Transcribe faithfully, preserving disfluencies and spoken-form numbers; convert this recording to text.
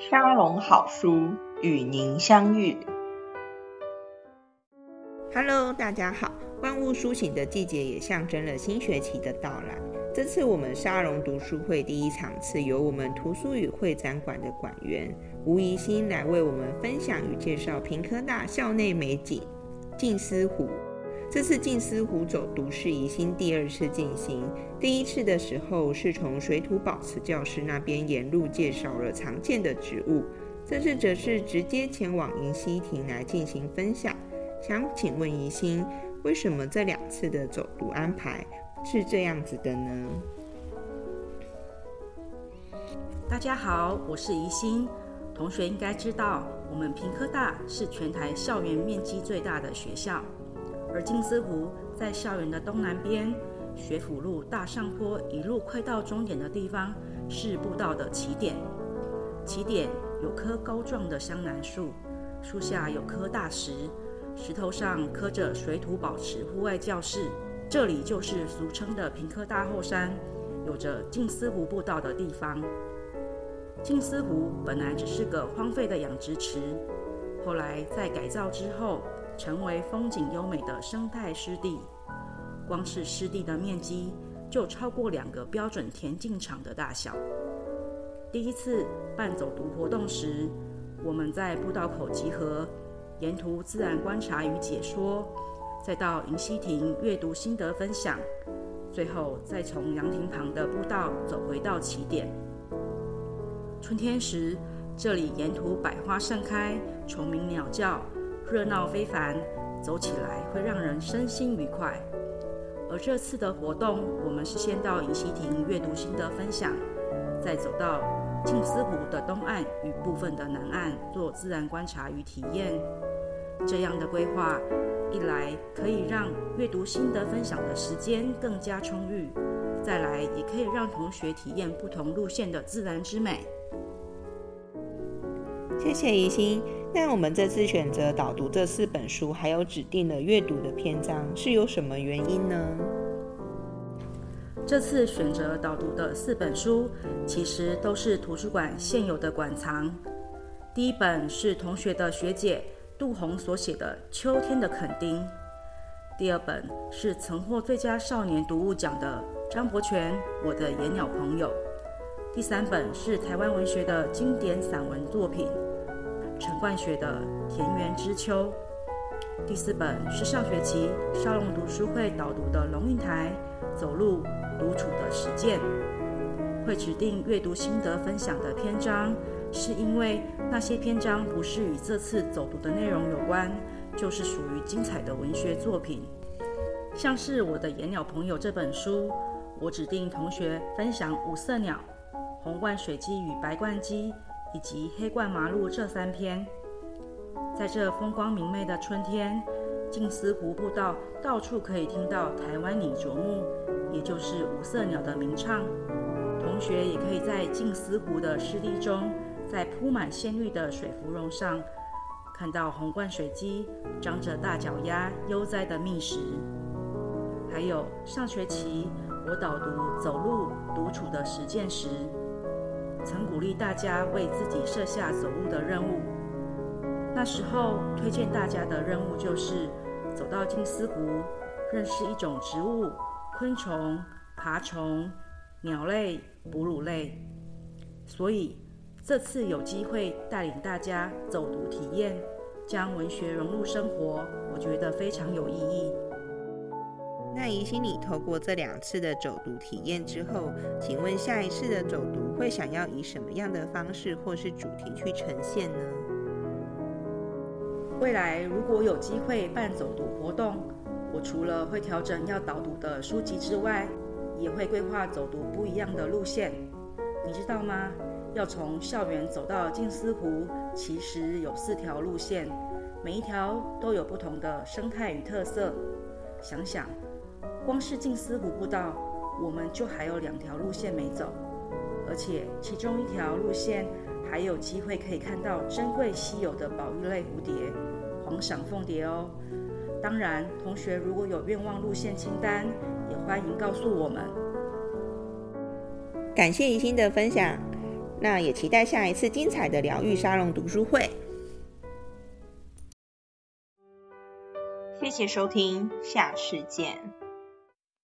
沙龙好书与您相遇。 Hello， 大家好！万物苏醒的季节也象征了新学期的到来。这次我们沙龙读书会第一场次由我们图书与会展馆的馆员吴怡欣来为我们分享与介绍屏科大校内美景静思湖。这次静思湖走读是怡欣第二次进行，第一次的时候是从水土保持教室那边沿路介绍了常见的植物，这次则是直接前往迎曦亭来进行分享。想请问怡欣，为什么这两次的走读安排是这样子的呢？ 大家好，我是怡欣。同学应该知道，我们屏科大是全台校园面积最大的学校，而静思湖在校园的东南边，学府路大上坡一路快到终点的地方是步道的起点。起点有棵高壮的香楠树，树下有颗大石，石头上刻着水土保持户外教室，这里就是俗称的屏科大后山，有着静思湖步道的地方。静思湖本来只是个荒废的养殖池，后来在改造之后成为风景优美的生态湿地，光是湿地的面积就超过两个标准田径场的大小。第一次办走读活动时，我们在步道口集合，沿途自然观察与解说，再到迎曦亭阅读心得分享，最后再从凉亭旁的步道走回到起点。春天时，这里沿途百花盛开，虫鸣鸟叫，热闹非凡，走起来会让人身心愉快。而这次的活动，我们是先到迎曦亭阅读心得分享，再走到静思湖的东岸与部分的南岸做自然观察与体验。这样的规划，一来可以让阅读心得分享的时间更加充裕，再来也可以让同学体验不同路线的自然之美。 谢谢怡欣。那我们这次选择导读这四本书，还有指定的阅读的篇章，是有什么原因呢？ 这次选择导读的四本书，其实都是图书馆现有的馆藏。第一本是同学的学姐杜红所写的《秋天的垦丁》，第二本是曾获最佳少年读物奖的张伯权《我的野鸟朋友》，第三本是台湾文学的经典散文作品陈冠学的《田园之秋》，第四本是上学期沙龙读书会导读的龙应台走路独处的实践。会指定阅读心得分享的篇章，是因为那些篇章不是与这次走读的内容有关，就是属于精彩的文学作品。像是我的野鸟朋友这本书，我指定同学分享五色鸟、红冠水鸡与白冠鸡以及黑冠麻鹭这三篇。在这风光明媚的春天，静思湖步道到处可以听到台湾拟啄木，也就是五色鸟的鸣唱。同学也可以在静思湖的湿地中，在铺满鲜绿的水芙蓉上，看到红冠水鸡张着大脚丫悠哉的觅食。还有上学期我导读走路独处的实践时，曾鼓励大家为自己设下走路的任务。那时候推荐大家的任务就是走到静思湖，认识一种植物、昆虫、爬虫、鸟类、哺乳类。所以这次有机会带领大家走读体验，将文学融入生活，我觉得非常有意义。 那怡欣，你透过这两次的走读体验之后，请问下一次的走读会想要以什么样的方式或是主题去呈现呢？ 未来如果有机会办走读活动，我除了会调整要导读的书籍之外，也会规划走读不一样的路线。你知道吗？要从校园走到静思湖，其实有四条路线，每一条都有不同的生态与特色。想想，光是静思湖步道，我们就还有两条路线没走，而且其中一条路线还有机会可以看到珍贵稀有的保育类蝴蝶——黄裳凤蝶哦。当然，同学如果有愿望路线清单，也欢迎告诉我们。 感谢怡欣的分享。 那也期待下一次精彩的疗愈沙龙读书会。 谢谢收听，下次见。